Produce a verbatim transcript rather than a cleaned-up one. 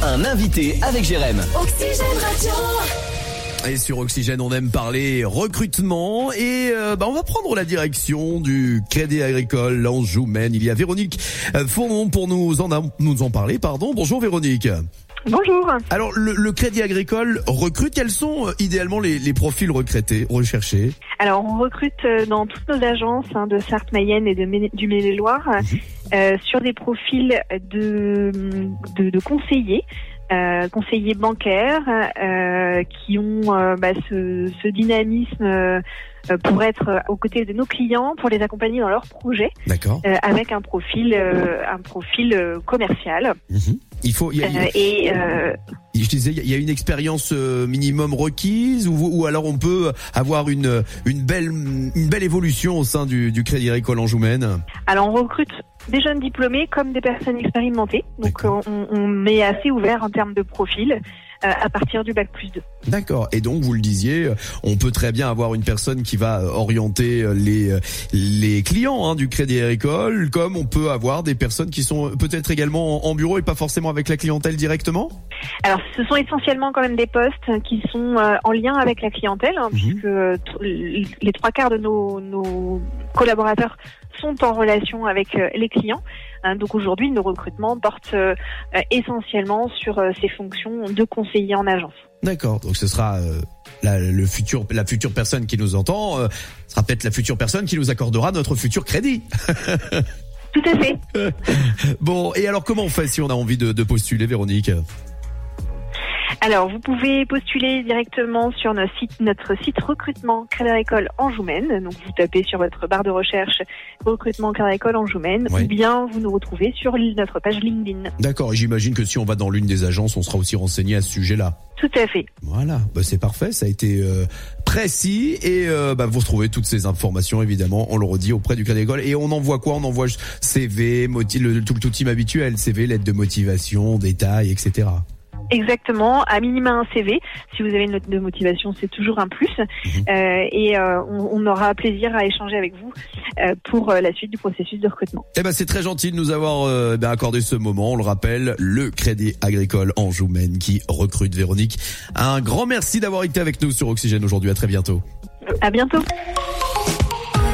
Un invité avec Jérém. Oxygène Radio. Et sur Oxygène, on aime parler recrutement et euh, bah on va prendre la direction du Crédit Agricole Anjou-Maine. Il y a Véronique Fournon pour nous en, nous en parler. Pardon. Bonjour Véronique. Bonjour. Alors le, le Crédit Agricole recrute. Quels sont euh, idéalement les, les profils recrutés, recherchés? Alors on recrute dans toutes nos agences hein, de Sarthe-Mayenne et de Mé- du Maine-et-Loire mmh. euh, sur des profils de, de, de conseillers. Euh, conseillers bancaires euh, qui ont euh, bah, ce, ce dynamisme euh, pour être aux côtés de nos clients, pour les accompagner dans leurs projets. D'accord. Euh, avec un profil, euh, un profil euh, commercial. Mmh. Il faut. Il y a, il y a, euh, et euh, je disais, il y a une expérience minimum requise, ou, ou alors on peut avoir une une belle une belle évolution au sein du, du Crédit Agricole Anjou-Maine. Alors on recrute des jeunes diplômés comme des personnes expérimentées. Donc on, on est assez ouvert en termes de profil euh, à partir du bac plus deux. D'accord. Et donc vous le disiez, on peut très bien avoir une personne qui va orienter les les clients hein, du Crédit Agricole, comme on peut avoir des personnes qui sont peut-être également en bureau et pas forcément avec la clientèle directement. Alors ce sont essentiellement quand même des postes qui sont euh, en lien avec la clientèle, hein, mmh. puisque euh, t- les trois quarts de nos, nos collaborateurs sont en relation avec euh, les clients. Hein, donc aujourd'hui, nos recrutements portent euh, essentiellement sur euh, ces fonctions de conseiller en agence. D'accord. Donc ce sera euh, la, le futur, la future personne qui nous entend, euh, sera peut-être la future personne qui nous accordera notre futur crédit. Tout à fait. Bon, et alors comment on fait si on a envie de, de postuler, Véronique ? Alors, vous pouvez postuler directement sur notre site, notre site recrutement Crédit Agricole Anjou-Maine. Donc, vous tapez sur votre barre de recherche recrutement Crédit Agricole Anjou-Maine, oui. Ou bien vous nous retrouvez sur notre page LinkedIn. D'accord. Et j'imagine que si on va dans l'une des agences, on sera aussi renseigné à ce sujet-là. Tout à fait. Voilà. Bah, c'est parfait. Ça a été euh, précis et euh, bah, vous retrouvez toutes ces informations évidemment. On le redit auprès du Crédit Agricole. Et on envoie quoi ? On envoie C V, moti- le, tout le tout team habituel, C V, lettre de motivation, détails, et cetera. Exactement, à minima un C V. Si vous avez une note de motivation, c'est toujours un plus. Mmh. Euh, et euh, on, on aura plaisir à échanger avec vous euh, pour euh, la suite du processus de recrutement. Eh ben, c'est très gentil de nous avoir euh, ben, accordé ce moment. On le rappelle, le Crédit Agricole Anjou-Maine qui recrute Véronique. Un grand merci d'avoir été avec nous sur Oxygène aujourd'hui. À très bientôt. À bientôt.